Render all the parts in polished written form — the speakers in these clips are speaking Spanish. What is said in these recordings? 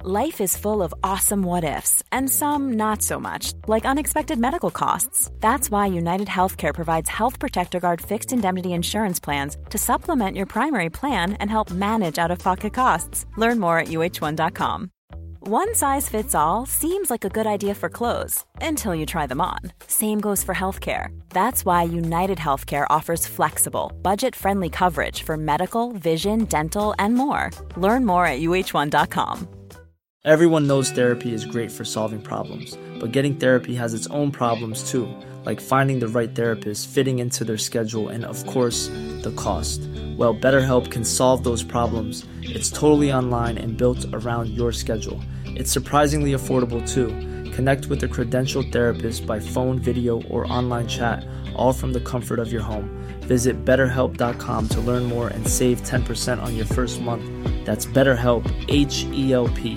Life is full of awesome what-ifs, and some not so much, like unexpected medical costs. That's why United Healthcare provides Health Protector Guard fixed indemnity insurance plans to supplement your primary plan and help manage out-of-pocket costs. Learn more at uh1.com. One size fits all seems like a good idea for clothes until you try them on. Same goes for healthcare. That's why United Healthcare offers flexible, budget-friendly coverage for medical, vision, dental, and more. Learn more at uh1.com. Everyone knows therapy is great for solving problems, but getting therapy has its own problems too, like finding the right therapist, fitting into their schedule, and of course, the cost. Well, BetterHelp can solve those problems. It's totally online and built around your schedule. It's surprisingly affordable too. Connect with a credentialed therapist by phone, video, or online chat, all from the comfort of your home. Visit BetterHelp.com to learn more and save 10% on your first month. That's BetterHelp, H-E-L-P.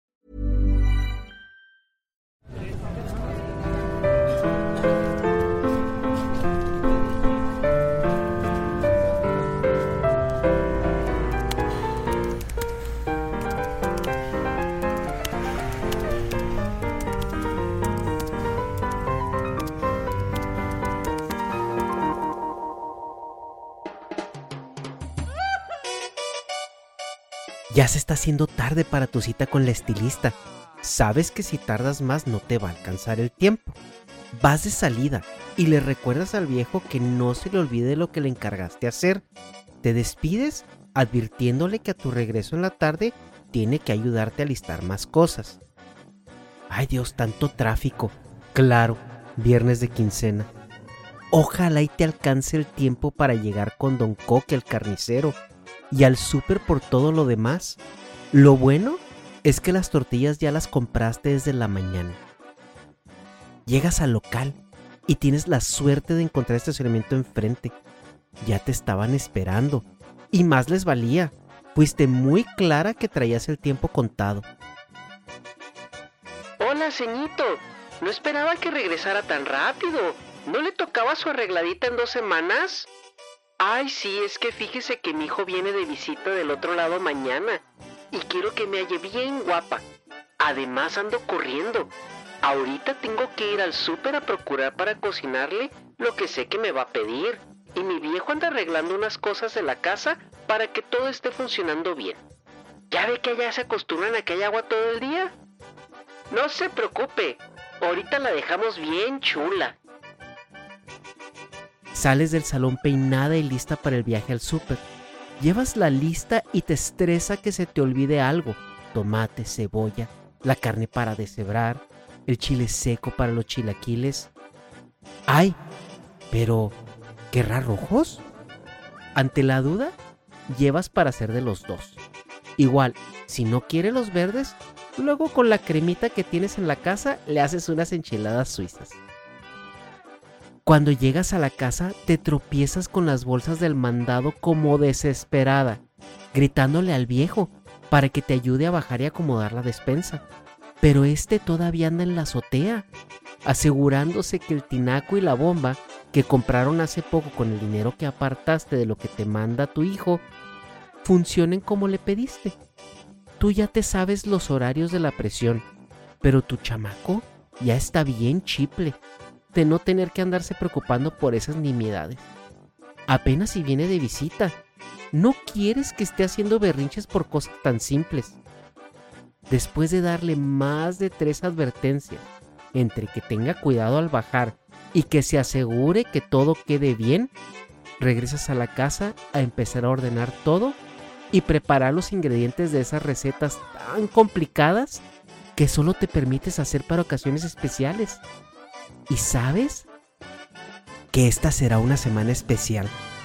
Ya se está haciendo tarde para tu cita con la estilista. Sabes que si tardas más no te va a alcanzar el tiempo. Vas de salida y le recuerdas al viejo que no se le olvide lo que le encargaste hacer. Te despides advirtiéndole que a tu regreso en la tarde tiene que ayudarte a listar más cosas. Ay Dios, tanto tráfico. Claro, viernes de quincena. Ojalá y te alcance el tiempo para llegar con Don Coque, el carnicero, y al súper por todo lo demás. Lo bueno es que las tortillas ya las compraste desde la mañana. Llegas al local y tienes la suerte de encontrar estacionamiento enfrente. Ya te estaban esperando y más les valía. Fuiste muy clara que traías el tiempo contado. Hola, ceñito. No esperaba que regresara tan rápido. ¿No le tocaba su arregladita en 2 semanas? Ay, sí, es que fíjese que mi hijo viene de visita del otro lado mañana y quiero que me halle bien guapa. Además ando corriendo. Ahorita tengo que ir al súper a procurar para cocinarle lo que sé que me va a pedir. Y mi viejo anda arreglando unas cosas de la casa para que todo esté funcionando bien. ¿Ya ve que allá se acostumbran a que haya agua todo el día? No se preocupe, ahorita la dejamos bien chula. Sales del salón peinada y lista para el viaje al súper. Llevas la lista y te estresa que se te olvide algo. Tomate, cebolla, la carne para deshebrar, el chile seco para los chilaquiles. ¡Ay! Pero, ¿querrá rojos? Ante la duda, llevas para hacer de los dos. Igual, si no quiere los verdes, luego con la cremita que tienes en la casa le haces unas enchiladas suizas. Cuando llegas a la casa, te tropiezas con las bolsas del mandado como desesperada, gritándole al viejo para que te ayude a bajar y acomodar la despensa. Pero todavía anda en la azotea, asegurándose que el tinaco y la bomba que compraron hace poco con el dinero que apartaste de lo que te manda tu hijo, funcionen como le pediste. Tú ya te sabes los horarios de la presión, pero tu chamaco ya está bien chiple de no tener que andarse preocupando por esas nimiedades. Apenas si viene de visita, no quieres que esté haciendo berrinches por cosas tan simples. Después de darle más de 3 advertencias, entre que tenga cuidado al bajar y que se asegure que todo quede bien, regresas a la casa a empezar a ordenar todo y preparar los ingredientes de esas recetas tan complicadas que solo te permites hacer para ocasiones especiales. ¿Y sabes? Que esta será una semana especial.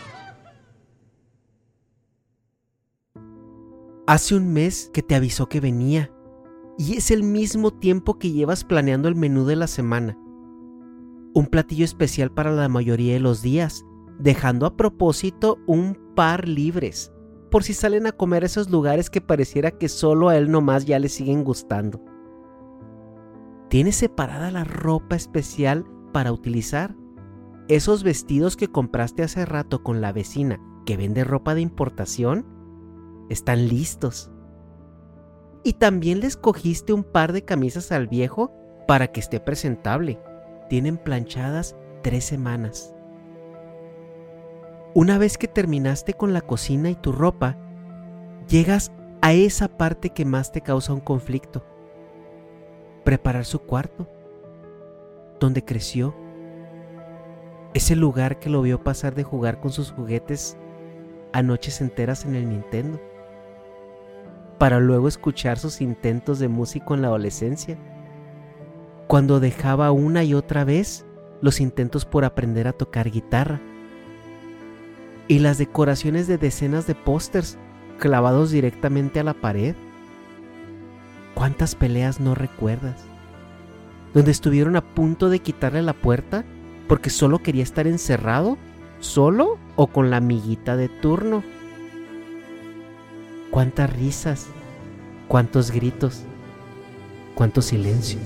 Hace un mes que te avisó que venía, y es el mismo tiempo que llevas planeando el menú de la semana. Un platillo especial para la mayoría de los días, dejando a propósito un par libres, por si salen a comer a esos lugares que pareciera que solo a él nomás ya le siguen gustando. ¿Tienes separada la ropa especial para utilizar? Esos vestidos que compraste hace rato con la vecina que vende ropa de importación están listos. Y también le escogiste un par de camisas al viejo para que esté presentable. Tienen planchadas 3 semanas. Una vez que terminaste con la cocina y tu ropa, llegas a esa parte que más te causa un conflicto. Preparar su cuarto, donde creció. Ese lugar que lo vio pasar de jugar con sus juguetes a noches enteras en el Nintendo, para luego escuchar sus intentos de músico en la adolescencia, cuando dejaba una y otra vez los intentos por aprender a tocar guitarra, y las decoraciones de decenas de pósters clavados directamente a la pared. ¿Cuántas peleas no recuerdas? Donde estuvieron a punto de quitarle la puerta porque solo quería estar encerrado, solo o con la amiguita de turno. Cuántas risas, cuántos gritos, cuántos silencios.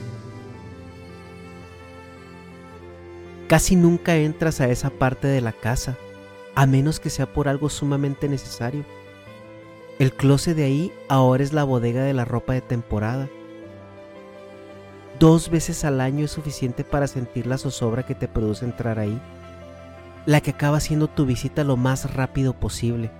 Casi nunca entras a esa parte de la casa, a menos que sea por algo sumamente necesario. El closet de ahí ahora es la bodega de la ropa de temporada. 2 veces al año es suficiente para sentir la zozobra que te produce entrar ahí, la que acaba siendo tu visita lo más rápido posible.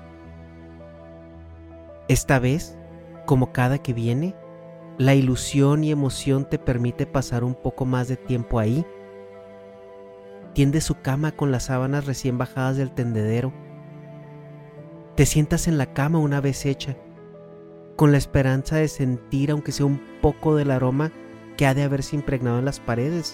Esta vez, como cada que viene, la ilusión y emoción te permite pasar un poco más de tiempo ahí. Tiendes su cama con las sábanas recién bajadas del tendedero. Te sientas en la cama una vez hecha, con la esperanza de sentir aunque sea un poco del aroma que ha de haberse impregnado en las paredes.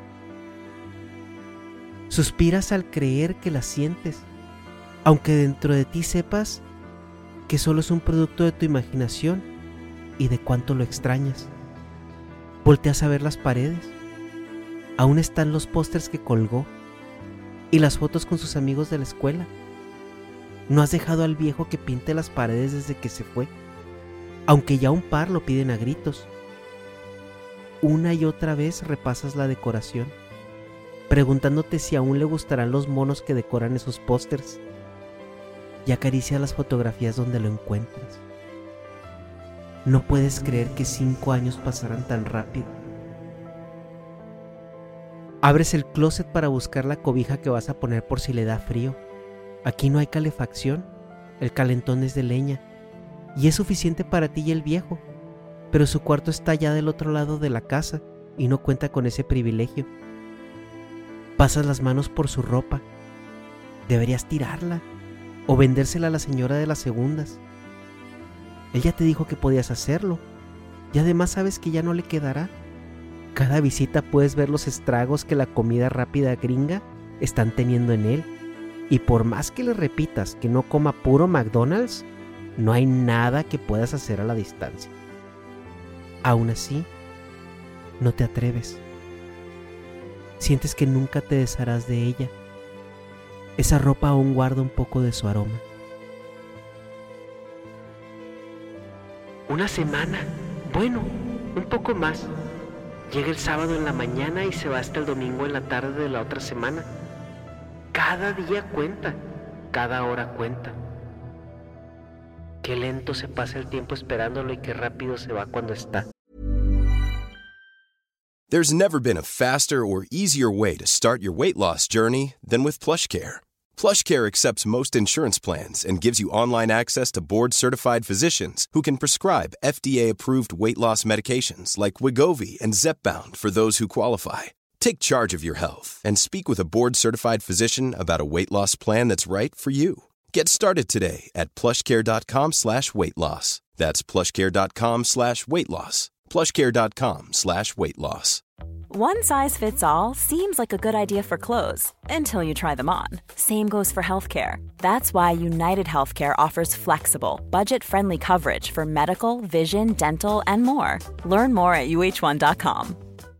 Suspiras al creer que la sientes, aunque dentro de ti sepas que solo es un producto de tu imaginación y de cuánto lo extrañas. Volteas a ver las paredes. Aún están los pósters que colgó y las fotos con sus amigos de la escuela. No has dejado al viejo que pinte las paredes desde que se fue, aunque ya un par lo piden a gritos. Una y otra vez repasas la decoración, preguntándote si aún le gustarán los monos que decoran esos pósters, y acaricias las fotografías donde lo encuentras. No puedes creer que 5 años pasaran tan rápido. Abres el closet para buscar la cobija que vas a poner por si le da frío. Aquí no hay calefacción, el calentón es de leña, y es suficiente para ti y el viejo, pero su cuarto está ya del otro lado de la casa y no cuenta con ese privilegio. Pasas las manos por su ropa. Deberías tirarla o vendérsela a la señora de las segundas. Él ya te dijo que podías hacerlo, y además sabes que ya no le quedará. Cada visita puedes ver los estragos que la comida rápida gringa están teniendo en él, y por más que le repitas que no coma puro McDonald's, no hay nada que puedas hacer a la distancia. Aún así, no te atreves. Sientes que nunca te desharás de ella. Esa ropa aún guarda un poco de su aroma. Una semana, bueno, un poco más. Llega el sábado en la mañana y se va hasta el domingo en la tarde de la otra semana. Cada día cuenta, cada hora cuenta. Qué lento se pasa el tiempo esperándolo y qué rápido se va cuando está. There's never been a faster or easier way to start your weight loss journey than with PlushCare. PlushCare accepts most insurance plans and gives you online access to board-certified physicians who can prescribe FDA-approved weight loss medications like Wegovy and Zepbound for those who qualify. Take charge of your health and speak with a board-certified physician about a weight loss plan that's right for you. Get started today at plushcare.com/weight-loss. That's plushcare.com/weight-loss. plushcare.com/weight-loss. One size fits all seems like a good idea for clothes until you try them on. Same goes for healthcare. That's why United Healthcare offers flexible, budget-friendly coverage for medical, vision, dental, and more. Learn more at uh1.com.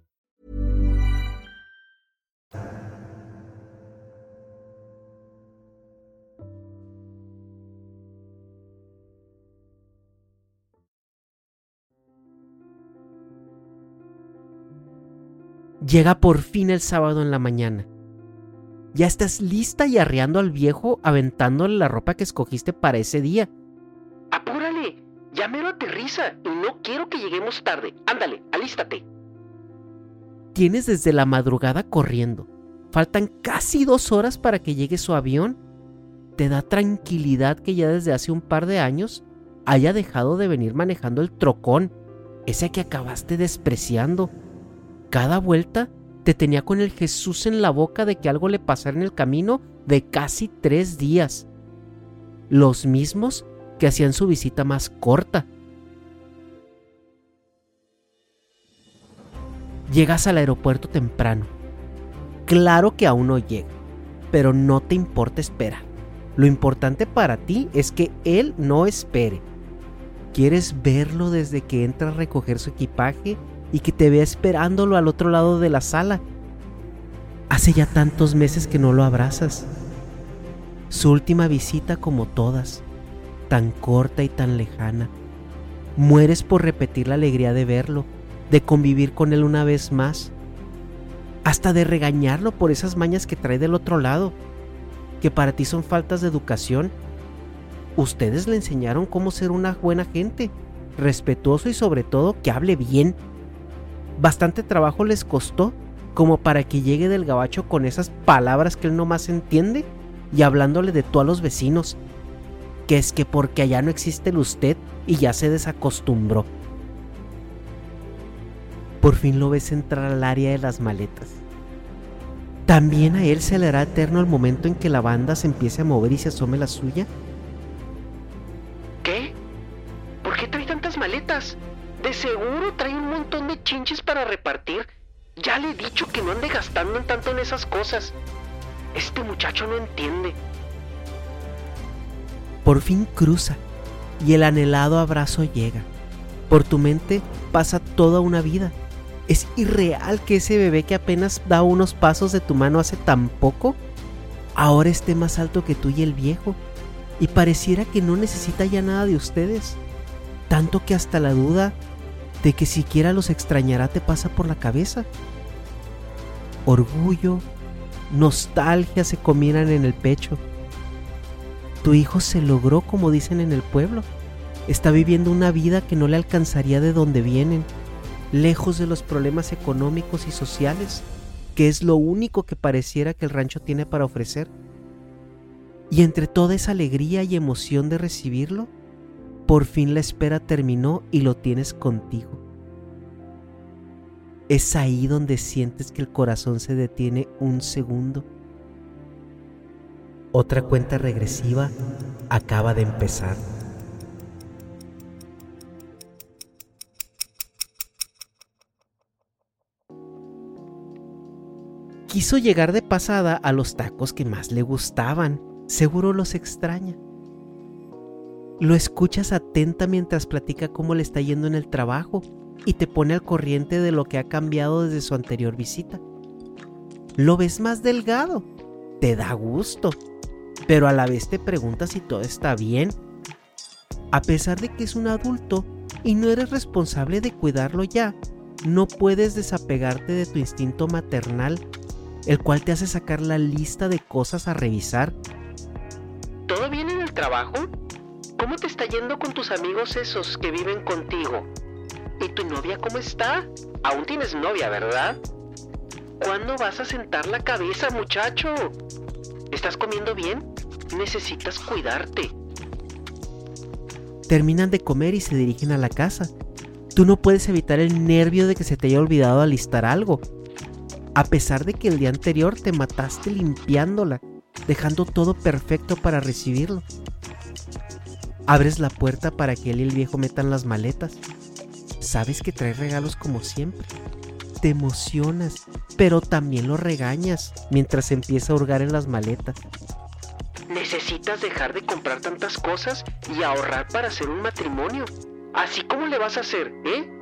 Llega por fin el sábado en la mañana. Ya estás lista y arreando al viejo, aventándole la ropa que escogiste para ese día. ¡Apúrale! ¡Ya mero aterriza! prisa y no quiero que lleguemos tarde. Ándale, alístate. Tienes desde la madrugada corriendo. Faltan casi 2 horas para que llegue su avión. Te da tranquilidad que ya desde hace un par de años haya dejado de venir manejando el trocón, ese que acabaste despreciando. Cada vuelta te tenía con el Jesús en la boca de que algo le pasara en el camino de casi 3 días. Los mismos que hacían su visita más corta. Llegas al aeropuerto temprano. Claro que aún no llega, pero no te importa esperar. Lo importante para ti es que él no espere. Quieres verlo desde que entra a recoger su equipaje y que te vea esperándolo al otro lado de la sala. Hace ya tantos meses que no lo abrazas. Su última visita como todas, tan corta y tan lejana. Mueres por repetir la alegría de verlo, de convivir con él una vez más, hasta de regañarlo por esas mañas que trae del otro lado, que para ti son faltas de educación. Ustedes le enseñaron cómo ser una buena gente, respetuoso y sobre todo que hable bien. Bastante trabajo les costó como para que llegue del gabacho con esas palabras que él nomás entiende y hablándole de tú a los vecinos, que es que porque allá no existe el usted y ya se desacostumbró. Por fin lo ves entrar al área de las maletas. ¿También a él se le hará eterno el momento en que la banda se empiece a mover y se asome la suya? ¿Qué? ¿Por qué trae tantas maletas? De seguro trae un montón de chinches para repartir. Ya le he dicho que no ande gastando tanto en esas cosas. Este muchacho no entiende. Por fin cruza y el anhelado abrazo llega. Por tu mente pasa toda una vida. ¿Es irreal que ese bebé que apenas da unos pasos de tu mano hace tan poco, ahora esté más alto que tú y el viejo? Y pareciera que no necesita ya nada de ustedes. Tanto que hasta la duda de que siquiera los extrañará te pasa por la cabeza. Orgullo, nostalgia se combinan en el pecho. Tu hijo se logró, como dicen en el pueblo. Está viviendo una vida que no le alcanzaría de donde vienen, lejos de los problemas económicos y sociales, que es lo único que pareciera que el rancho tiene para ofrecer. Y entre toda esa alegría y emoción de recibirlo, por fin la espera terminó y lo tienes contigo. Es ahí donde sientes que el corazón se detiene un segundo. Otra cuenta regresiva acaba de empezar. Quiso llegar de pasada a los tacos que más le gustaban. Seguro los extraña. Lo escuchas atenta mientras platica cómo le está yendo en el trabajo y te pone al corriente de lo que ha cambiado desde su anterior visita. Lo ves más delgado. Te da gusto, pero a la vez te preguntas si todo está bien. A pesar de que es un adulto y no eres responsable de cuidarlo ya, no puedes desapegarte de tu instinto maternal, el cual te hace sacar la lista de cosas a revisar. ¿Todo bien en el trabajo? ¿Cómo te está yendo con tus amigos esos que viven contigo? ¿Y tu novia cómo está? Aún tienes novia, ¿verdad? ¿Cuándo vas a sentar la cabeza, muchacho? ¿Estás comiendo bien? Necesitas cuidarte. Terminan de comer y se dirigen a la casa. Tú no puedes evitar el nervio de que se te haya olvidado alistar algo, a pesar de que el día anterior te mataste limpiándola, dejando todo perfecto para recibirlo. Abres la puerta para que él y el viejo metan las maletas. Sabes que trae regalos como siempre. Te emocionas, pero también lo regañas mientras empieza a hurgar en las maletas. Necesitas dejar de comprar tantas cosas y ahorrar para hacer un matrimonio. ¿Así cómo le vas a hacer,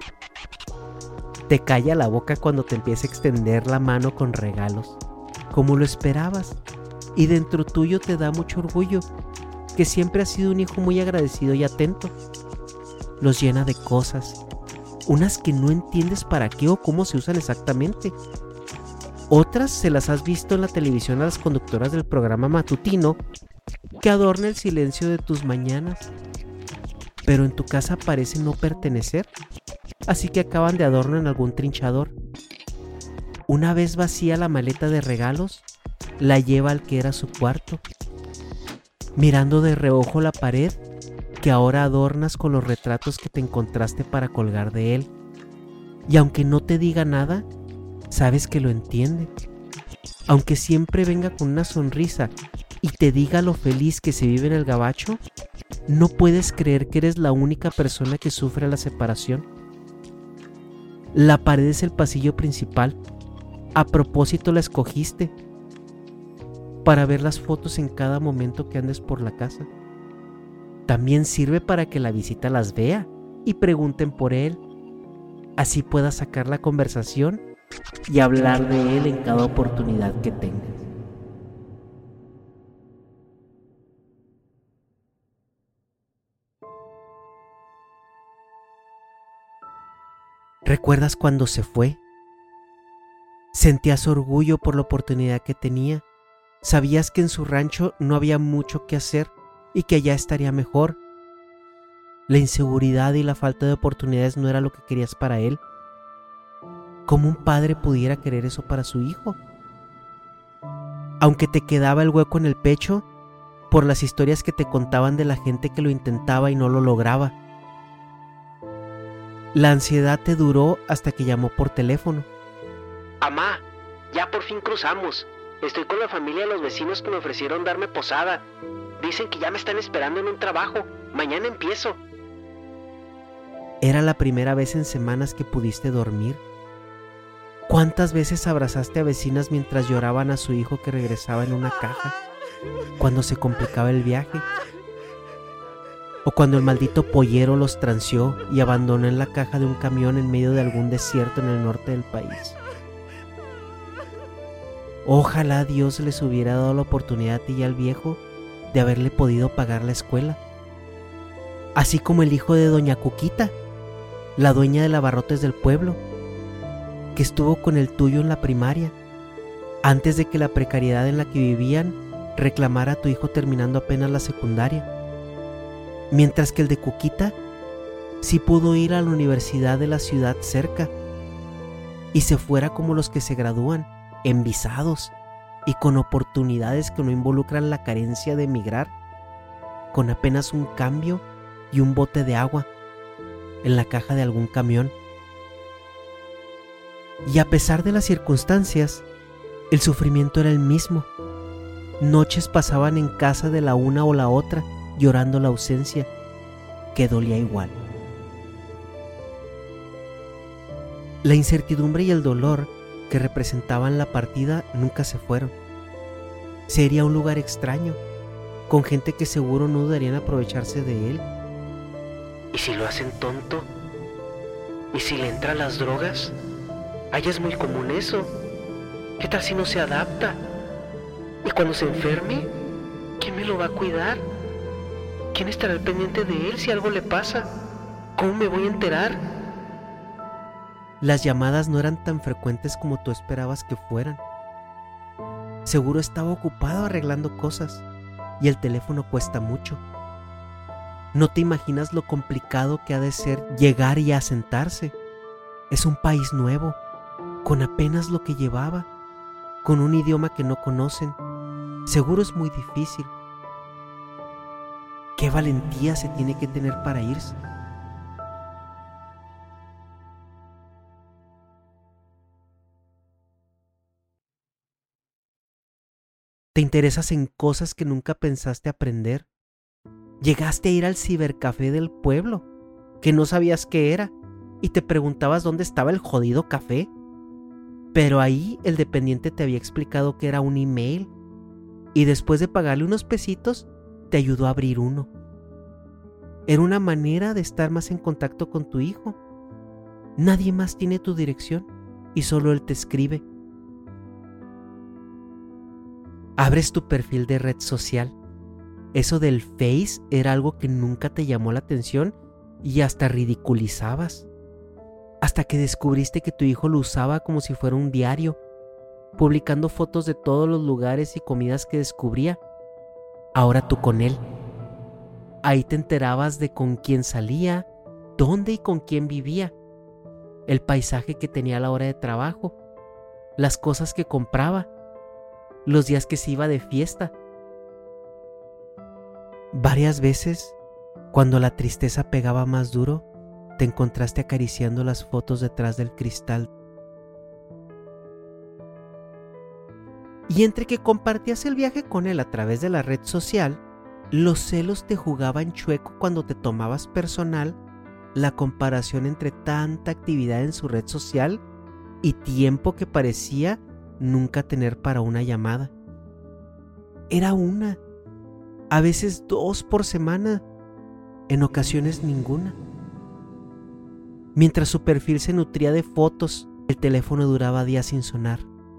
Te calla la boca cuando te empieza a extender la mano con regalos, como lo esperabas, y dentro tuyo te da mucho orgullo, que siempre has sido un hijo muy agradecido y atento. Los llena de cosas, unas que no entiendes para qué o cómo se usan exactamente. Otras se las has visto en la televisión a las conductoras del programa matutino que adorna el silencio de tus mañanas. pero en tu casa parece no pertenecer, así que acaban de adorno en algún trinchador. Una vez vacía la maleta de regalos, la lleva al que era su cuarto, mirando de reojo la pared que ahora adornas con los retratos que te encontraste para colgar de él. Y aunque no te diga nada, sabes que lo entiende. Aunque siempre venga con una sonrisa y te diga lo feliz que se vive en el gabacho, no puedes creer que eres la única persona que sufre la separación. La pared es el pasillo principal. A propósito la escogiste para ver las fotos en cada momento que andes por la casa. También sirve para que la visita las vea y pregunten por él. Así puedas sacar la conversación y hablar de él en cada oportunidad que tengas. ¿Recuerdas cuando se fue? Sentías orgullo por la oportunidad que tenía. Sabías que en su rancho no había mucho que hacer y que allá estaría mejor. La inseguridad y la falta de oportunidades no era lo que querías para él. ¿Cómo un padre pudiera querer eso para su hijo? Aunque te quedaba el hueco en el pecho por las historias que te contaban de la gente que lo intentaba y no lo lograba. La ansiedad te duró hasta que llamó por teléfono. Amá, ya por fin cruzamos. Estoy con la familia de los vecinos que me ofrecieron darme posada. Dicen que ya me están esperando en un trabajo. Mañana empiezo. Era la primera vez en semanas que pudiste dormir. ¿Cuántas veces abrazaste a vecinas mientras lloraban a su hijo que regresaba en una caja cuando se complicaba el viaje? O cuando el maldito pollero los transió y abandonó en la caja de un camión en medio de algún desierto en el norte del país. Ojalá Dios les hubiera dado la oportunidad a ti y al viejo de haberle podido pagar la escuela. Así como el hijo de doña Cuquita, la dueña de abarrotes del pueblo, que estuvo con el tuyo en la primaria, antes de que la precariedad en la que vivían reclamara a tu hijo terminando apenas la secundaria. Mientras que el de Cuquita sí pudo ir a la universidad de la ciudad cerca y se fuera como los que se gradúan, envisados y con oportunidades que no involucran la carencia de emigrar, con apenas un cambio y un bote de agua en la caja de algún camión. Y a pesar de las circunstancias, el sufrimiento era el mismo. Noches pasaban en casa de la una o la otra, llorando la ausencia, que dolía igual. La incertidumbre y el dolor que representaban la partida nunca se fueron. Sería un lugar extraño, con gente que seguro no dudarían aprovecharse de él. ¿Y si lo hacen tonto? ¿Y si le entran las drogas? Allá es muy común eso. ¿Qué tal si no se adapta? ¿Y cuando se enferme? ¿Quién me lo va a cuidar? ¿Quién estará al pendiente de él si algo le pasa? ¿Cómo me voy a enterar? Las llamadas no eran tan frecuentes como tú esperabas que fueran. Seguro estaba ocupado arreglando cosas y el teléfono cuesta mucho. No te imaginas lo complicado que ha de ser llegar y asentarse. Es un país nuevo, con apenas lo que llevaba, con un idioma que no conocen. Seguro es muy difícil. ¿Qué valentía se tiene que tener para irse? ¿Te interesas en cosas que nunca pensaste aprender? ¿Llegaste a ir al cibercafé del pueblo, que no sabías qué era, y te preguntabas dónde estaba el jodido café? Pero ahí el dependiente te había explicado que era un email, y después de pagarle unos pesitos, te ayudó a abrir uno. Era una manera de estar más en contacto con tu hijo. Nadie más tiene tu dirección, y solo él te escribe. Abres tu perfil de red social. Eso del Face era algo que nunca te llamó la atención y hasta ridiculizabas. Hasta que descubriste que tu hijo lo usaba como si fuera un diario, publicando fotos de todos los lugares y comidas que descubría. Ahora tú con él. Ahí te enterabas de con quién salía, dónde y con quién vivía, el paisaje que tenía a la hora de trabajo, las cosas que compraba, los días que se iba de fiesta. Varias veces, cuando la tristeza pegaba más duro, te encontraste acariciando las fotos detrás del cristal. Y entre que compartías el viaje con él a través de la red social, los celos te jugaban chueco cuando te tomabas personal la comparación entre tanta actividad en su red social y tiempo que parecía nunca tener para una llamada. Era una, a veces 2 por semana, en ocasiones ninguna. Mientras su perfil se nutría de fotos, el teléfono duraba días sin sonar.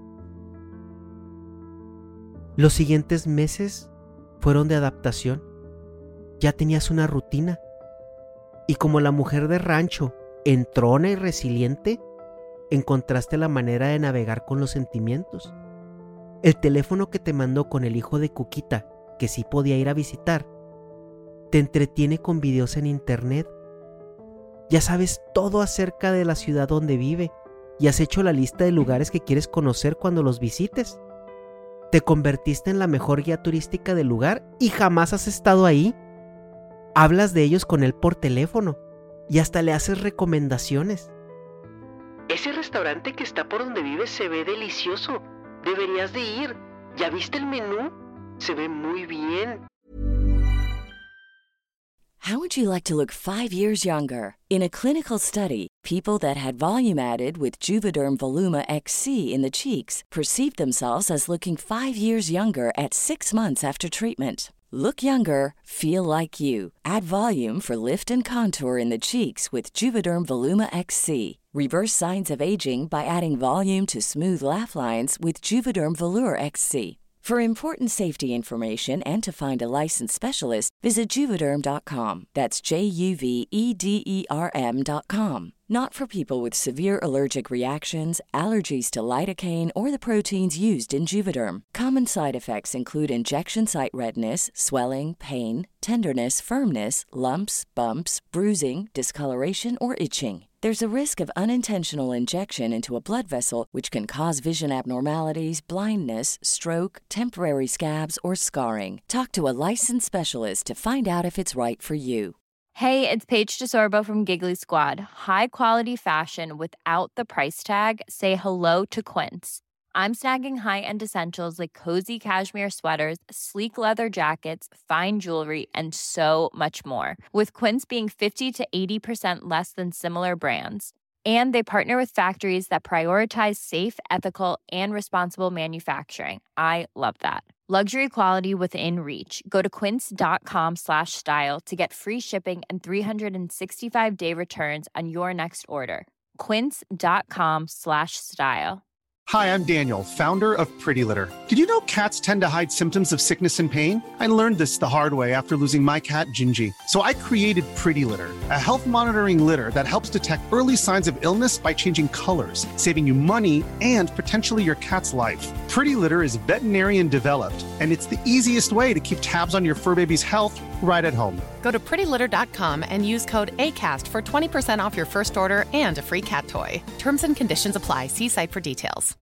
Los siguientes meses fueron de adaptación. Ya tenías una rutina. Y como la mujer de rancho, entrona y resiliente, encontraste la manera de navegar con los sentimientos. El teléfono que te mandó con el hijo de Cuquita, que sí podía ir a visitar, te entretiene con videos en internet. Ya sabes todo acerca de la ciudad donde vive y has hecho la lista de lugares que quieres conocer cuando los visites. Te convertiste en la mejor guía turística del lugar y jamás has estado ahí. Hablas de ellos con él por teléfono y hasta le haces recomendaciones. Ese restaurante que está por donde vives se ve delicioso. Deberías de ir. ¿Ya viste el menú? Se ve muy bien. How would you like to look 5 years younger? In a clinical study, people that had volume added with Juvederm Voluma XC in the cheeks perceived themselves as looking 5 years younger at 6 months after treatment. Look younger, feel like you. Add volume for lift and contour in the cheeks with Juvederm Voluma XC. Reverse signs of aging by adding volume to smooth laugh lines with Juvederm Volure XC. For important safety information and to find a licensed specialist, visit Juvederm.com. That's JUVEDERM.com. Not for people with severe allergic reactions, allergies to lidocaine, or the proteins used in Juvederm. Common side effects include injection site redness, swelling, pain, tenderness, firmness, lumps, bumps, bruising, discoloration, or itching. There's a risk of unintentional injection into a blood vessel, which can cause vision abnormalities, blindness, stroke, temporary scabs, or scarring. Talk to a licensed specialist to find out if it's right for you. Hey, it's Paige DeSorbo from Giggly Squad. High quality fashion without the price tag. Say hello to Quince. I'm snagging high-end essentials like cozy cashmere sweaters, sleek leather jackets, fine jewelry, and so much more. With Quince being 50 to 80% less than similar brands. And they partner with factories that prioritize safe, ethical, and responsible manufacturing. I love that. Luxury quality within reach. Go to quince.com/style to get free shipping and 365-day returns on your next order. Quince.com/style. Hi, I'm Daniel, founder of Pretty Litter. Did you know cats tend to hide symptoms of sickness and pain? I learned this the hard way after losing my cat, Gingy. So I created Pretty Litter, a health monitoring litter that helps detect early signs of illness by changing colors, saving you money and potentially your cat's life. Pretty Litter is veterinarian developed, and it's the easiest way to keep tabs on your fur baby's health right at home. Go to prettylitter.com and use code ACAST for 20% off your first order and a free cat toy. Terms and conditions apply. See site for details.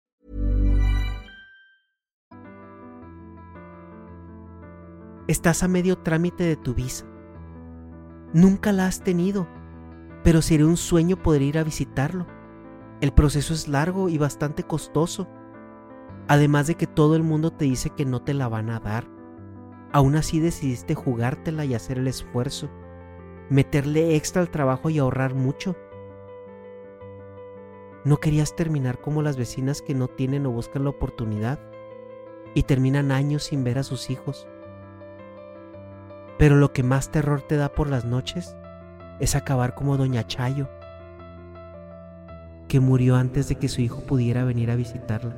Estás a medio trámite de tu visa. Nunca la has tenido, pero sería un sueño poder ir a visitarlo. El proceso es largo y bastante costoso. Además de que todo el mundo te dice que no te la van a dar. Aún así decidiste jugártela y hacer el esfuerzo, meterle extra al trabajo y ahorrar mucho. No querías terminar como las vecinas que no tienen o buscan la oportunidad y terminan años sin ver a sus hijos. Pero lo que más terror te da por las noches es acabar como Doña Chayo, que murió antes de que su hijo pudiera venir a visitarla.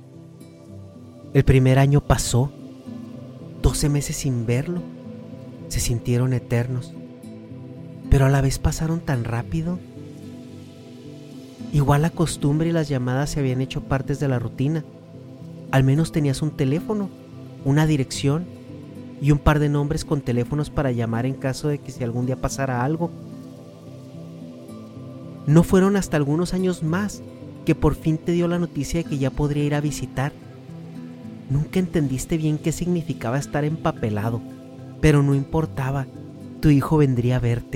El primer año pasó, 12 meses sin verlo. Se sintieron eternos, pero a la vez pasaron tan rápido. Igual la costumbre y las llamadas se habían hecho partes de la rutina. Al menos tenías un teléfono, una dirección y un par de nombres con teléfonos para llamar en caso de que si algún día pasara algo. No fueron hasta algunos años más que por fin te dio la noticia de que ya podría ir a visitar. Nunca entendiste bien qué significaba estar empapelado, pero no importaba, tu hijo vendría a verte.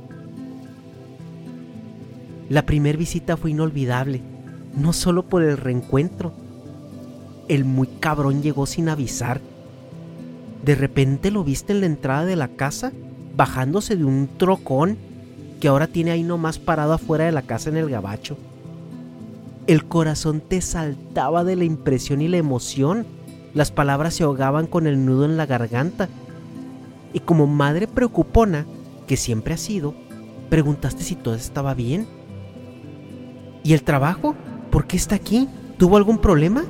La primer visita fue inolvidable, no solo por el reencuentro. El muy cabrón llegó sin avisar. De repente lo viste en la entrada de la casa, bajándose de un trocón que ahora tiene ahí nomás parado afuera de la casa en el gabacho. El corazón te saltaba de la impresión y la emoción. Las palabras se ahogaban con el nudo en la garganta. Y como madre preocupona, que siempre has sido, preguntaste si todo estaba bien. ¿Y el trabajo? ¿Por qué está aquí? ¿Tuvo algún problema?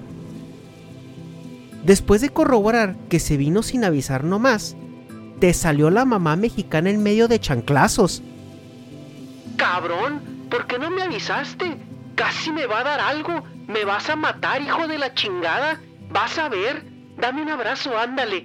Después de corroborar que se vino sin avisar nomás, te salió la mamá mexicana en medio de chanclazos. Cabrón, ¿por qué no me avisaste? Casi me va a dar algo. Me vas a matar, hijo de la chingada. Vas a ver. Dame un abrazo, ándale.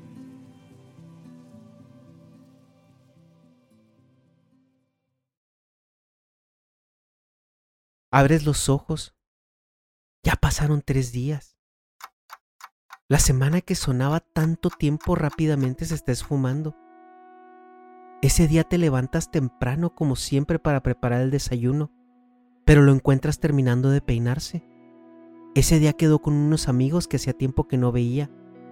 Abres los ojos. Ya pasaron 3 días. La semana que sonaba tanto tiempo rápidamente se está esfumando. Ese día te levantas temprano como siempre para preparar el desayuno, pero lo encuentras terminando de peinarse. Ese día quedó con unos amigos que hacía tiempo que no veía.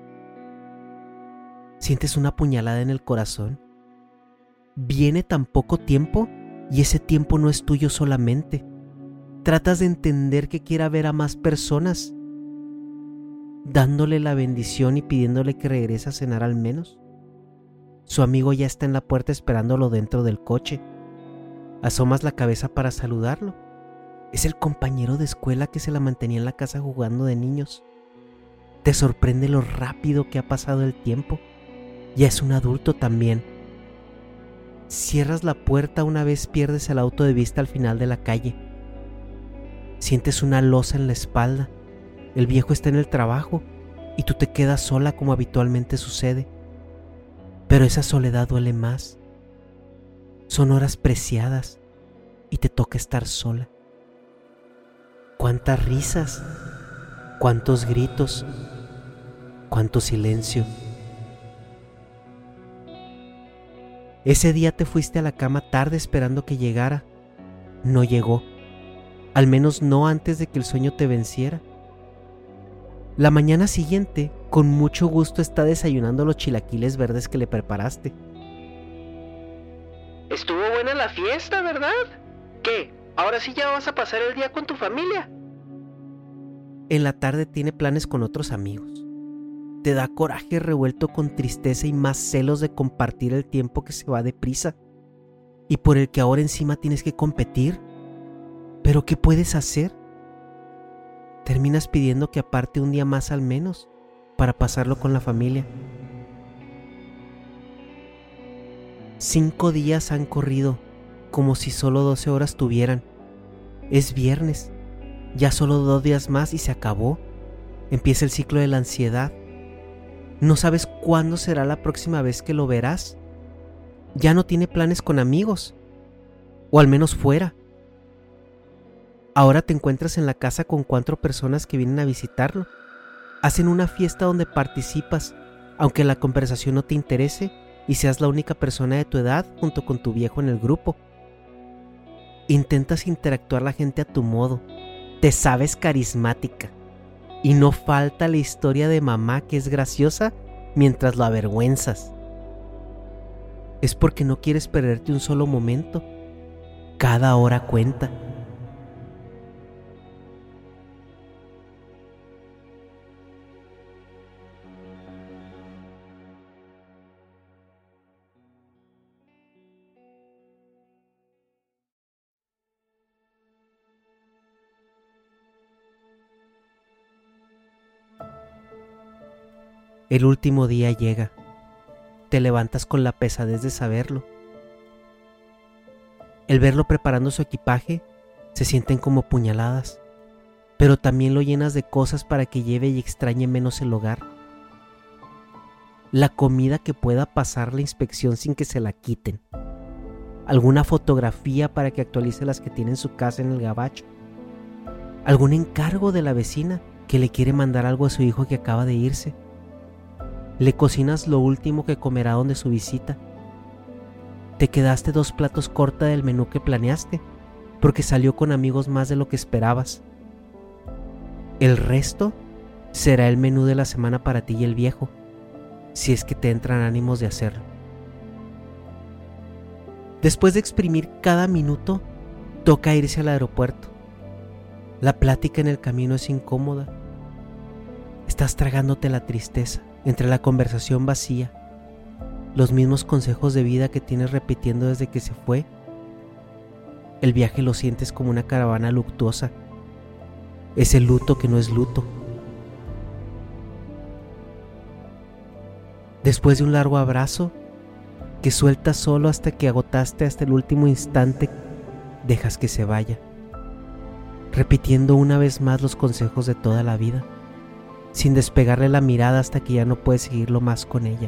Sientes una puñalada en el corazón. Viene tan poco tiempo y ese tiempo no es tuyo solamente. Tratas de entender que quiera ver a más personas, dándole la bendición y pidiéndole que regrese a cenar al menos. Su amigo ya está en la puerta esperándolo dentro del coche. Asomas la cabeza para saludarlo. Es el compañero de escuela que se la mantenía en la casa jugando de niños. Te sorprende lo rápido que ha pasado el tiempo. Ya es un adulto también. Cierras la puerta una vez pierdes el auto de vista al final de la calle. Sientes una losa en la espalda. El viejo está en el trabajo y tú te quedas sola como habitualmente sucede. Pero esa soledad duele más. Son horas preciadas y te toca estar sola. Cuántas risas, cuántos gritos, cuánto silencio. Ese día te fuiste a la cama tarde esperando que llegara. No llegó. Al menos no antes de que el sueño te venciera. La mañana siguiente, con mucho gusto está desayunando los chilaquiles verdes que le preparaste. Estuvo buena la fiesta, ¿verdad? ¿Qué? ¿Ahora sí ya vas a pasar el día con tu familia? En la tarde tiene planes con otros amigos. Te da coraje revuelto con tristeza y más celos de compartir el tiempo que se va deprisa y por el que ahora encima tienes que competir. ¿Pero qué puedes hacer? Terminas pidiendo que aparte un día más al menos para pasarlo con la familia. 5 días han corrido como si solo 12 horas tuvieran. Es viernes, ya solo 2 días más y se acabó. Empieza el ciclo de la ansiedad. No sabes cuándo será la próxima vez que lo verás. Ya no tiene planes con amigos, o al menos fuera. Ahora te encuentras en la casa con 4 personas que vienen a visitarlo. Hacen una fiesta donde participas, aunque la conversación no te interese y seas la única persona de tu edad junto con tu viejo en el grupo. Intentas interactuar la gente a tu modo. Te sabes carismática. Y no falta la historia de mamá que es graciosa mientras lo avergüenzas. Es porque no quieres perderte un solo momento. Cada hora cuenta. El último día llega. te levantas con la pesadez de saberlo. El verlo preparando su equipaje se sienten como puñaladas, pero también lo llenas de cosas para que lleve y extrañe menos el hogar. La comida que pueda pasar la inspección sin que se la quiten. Alguna fotografía para que actualice las que tiene en su casa en el gabacho. Algún encargo de la vecina que le quiere mandar algo a su hijo que acaba de irse. Le cocinas lo último que comerá donde su visita. Te quedaste 2 platos corta del menú que planeaste, porque salió con amigos más de lo que esperabas. El resto será el menú de la semana para ti y el viejo, si es que te entran ánimos de hacerlo. Después de exprimir cada minuto, toca irse al aeropuerto. La plática en el camino es incómoda. Estás tragándote la tristeza entre la conversación vacía, los mismos consejos de vida que tienes repitiendo desde que se fue. El viaje lo sientes como una caravana luctuosa. Es el luto que no es luto. Después de un largo abrazo, que sueltas solo hasta que agotaste hasta el último instante, dejas que se vaya, repitiendo una vez más los consejos de toda la vida, sin despegarle la mirada hasta que ya no puedes seguirlo más con ella.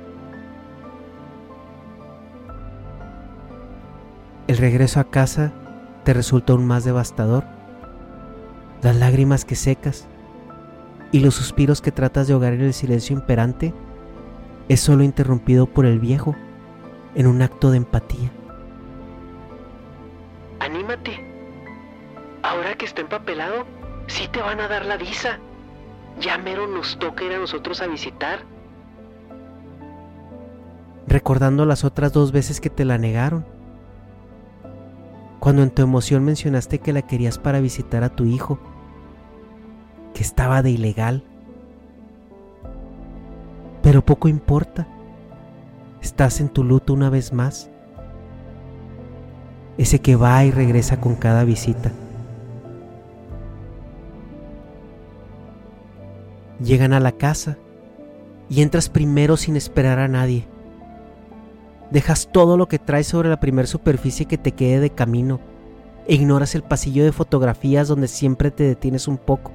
El regreso a casa te resulta aún más devastador. Las lágrimas que secas y los suspiros que tratas de ahogar en el silencio imperante es solo interrumpido por el viejo en un acto de empatía. Anímate. Ahora que está empapelado, sí te van a dar la visa. Ya mero nos toca ir a nosotros a visitar. Recordando las otras 2 veces que te la negaron. Cuando en tu emoción mencionaste que la querías para visitar a tu hijo, que estaba de ilegal. Pero poco importa. Estás en tu luto una vez más. Ese que va y regresa con cada visita. Llegan a la casa y entras primero sin esperar a nadie. Dejas todo lo que traes sobre la primer superficie que te quede de camino e ignoras el pasillo de fotografías donde siempre te detienes un poco.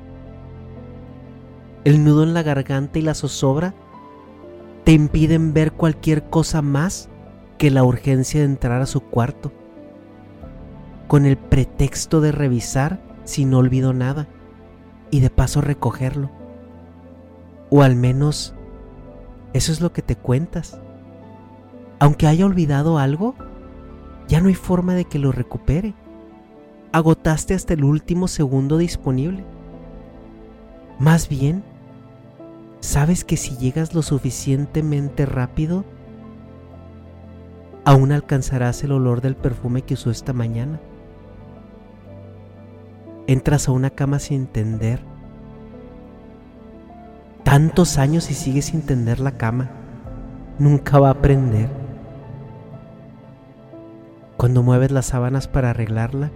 El nudo en la garganta y la zozobra te impiden ver cualquier cosa más que la urgencia de entrar a su cuarto, con el pretexto de revisar si no olvido nada y de paso recogerlo. O al menos eso es lo que te cuentas. Aunque haya olvidado algo, ya no hay forma de que lo recupere. Agotaste hasta el último segundo disponible. Más bien, sabes que si llegas lo suficientemente rápido, aún alcanzarás el olor del perfume que usó esta mañana. Entras a una cama sin tender. Tantos años y sigues sin tender la cama. Nunca va a aprender. Cuando mueves las sábanas para arreglarla,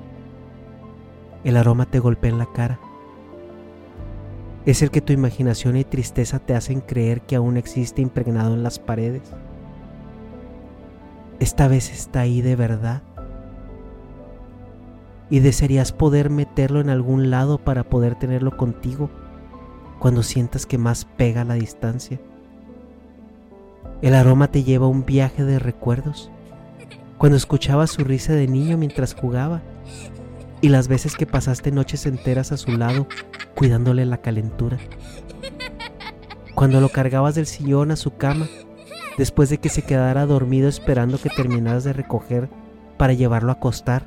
el aroma te golpea en la cara. Es el que tu imaginación y tristeza te hacen creer que aún existe impregnado en las paredes. Esta vez está ahí de verdad. Y desearías poder meterlo en algún lado para poder tenerlo contigo cuando sientas que más pega la distancia. El aroma te lleva a un viaje de recuerdos. Cuando escuchabas su risa de niño mientras jugaba y las veces que pasaste noches enteras a su lado cuidándole la calentura. Cuando lo cargabas del sillón a su cama después de que se quedara dormido esperando que terminaras de recoger para llevarlo a acostar.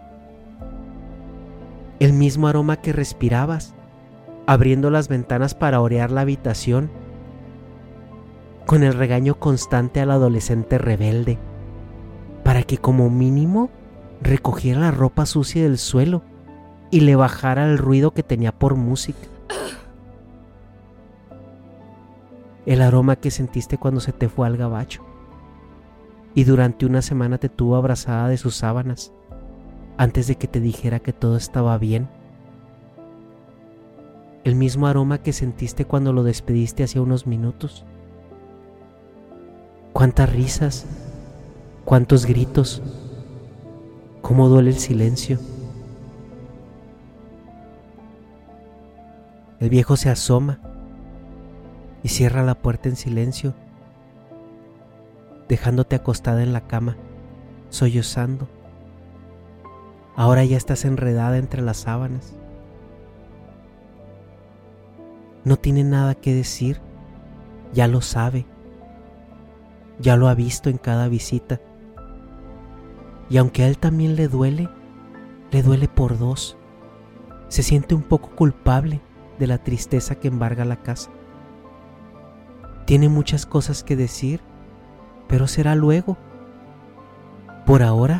El mismo aroma que respirabas abriendo las ventanas para orear la habitación, con el regaño constante al adolescente rebelde para que como mínimo recogiera la ropa sucia del suelo y le bajara el ruido que tenía por música. El aroma que sentiste cuando se te fue al gabacho y durante una semana te tuvo abrazada de sus sábanas antes de que te dijera que todo estaba bien. El mismo aroma que sentiste cuando lo despediste hace unos minutos. Cuántas risas, cuántos gritos, cómo duele el silencio. El viejo se asoma y cierra la puerta en silencio, dejándote acostada en la cama, sollozando. Ahora ya estás enredada entre las sábanas. No tiene nada que decir, ya lo sabe, ya lo ha visto en cada visita. Y aunque a él también le duele por dos. Se siente un poco culpable de la tristeza que embarga la casa. Tiene muchas cosas que decir, pero será luego. Por ahora,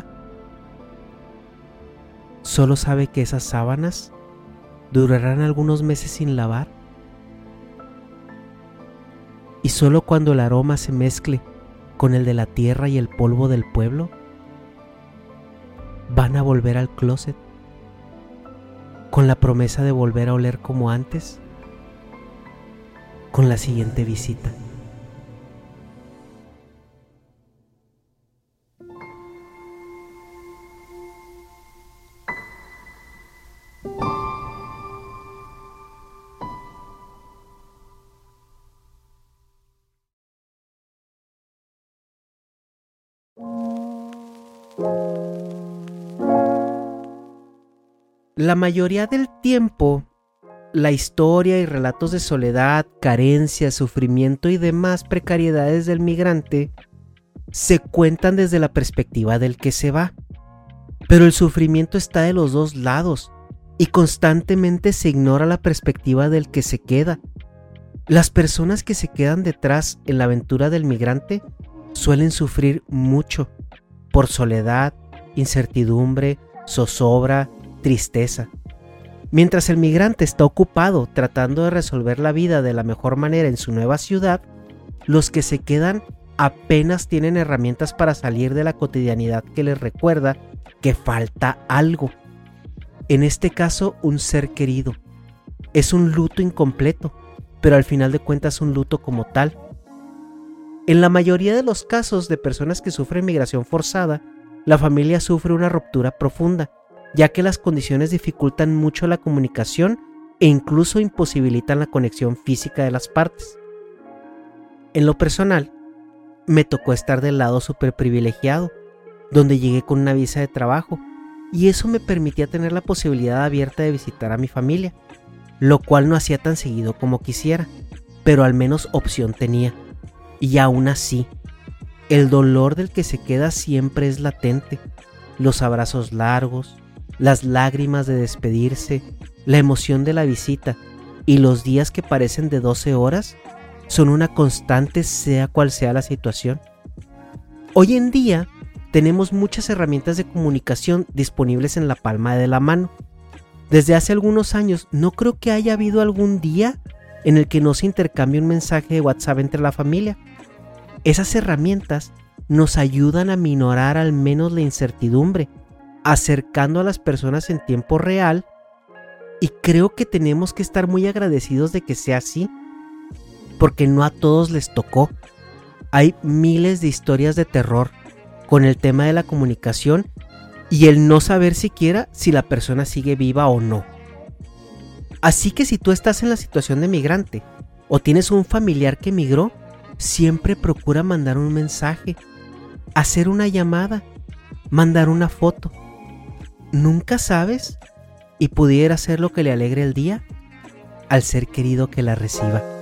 solo sabe que esas sábanas durarán algunos meses sin lavar. Y solo cuando el aroma se mezcle con el de la tierra y el polvo del pueblo, van a volver al closet, con la promesa de volver a oler como antes, con la siguiente visita. La mayoría del tiempo, la historia y relatos de soledad, carencia, sufrimiento y demás precariedades del migrante se cuentan desde la perspectiva del que se va. Pero el sufrimiento está de los dos lados y constantemente se ignora la perspectiva del que se queda. Las personas que se quedan detrás en la aventura del migrante suelen sufrir mucho por soledad, incertidumbre, zozobra, tristeza. Mientras el migrante está ocupado tratando de resolver la vida de la mejor manera en su nueva ciudad, los que se quedan apenas tienen herramientas para salir de la cotidianidad que les recuerda que falta algo. En este caso, un ser querido. Es un luto incompleto, pero al final de cuentas un luto como tal. En la mayoría de los casos de personas que sufren migración forzada, la familia sufre una ruptura profunda, ya que las condiciones dificultan mucho la comunicación e incluso imposibilitan la conexión física de las partes. En lo personal, me tocó estar del lado súper privilegiado, donde llegué con una visa de trabajo, y eso me permitía tener la posibilidad abierta de visitar a mi familia, lo cual no hacía tan seguido como quisiera, pero al menos opción tenía. Y aún así, el dolor del que se queda siempre es latente. Los abrazos largos, las lágrimas de despedirse, la emoción de la visita y los días que parecen de 12 horas son una constante sea cual sea la situación. Hoy en día tenemos muchas herramientas de comunicación disponibles en la palma de la mano. Desde hace algunos años no creo que haya habido algún día en el que no se intercambie un mensaje de WhatsApp entre la familia. Esas herramientas nos ayudan a minorar al menos la incertidumbre, acercando a las personas en tiempo real, y creo que tenemos que estar muy agradecidos de que sea así, porque no a todos les tocó. Hay miles de historias de terror con el tema de la comunicación y el no saber siquiera si la persona sigue viva o no. Así que si tú estás en la situación de migrante o tienes un familiar que migró, siempre procura mandar un mensaje, hacer una llamada, mandar una foto. Nunca sabes y pudiera ser lo que le alegre el día al ser querido que la reciba.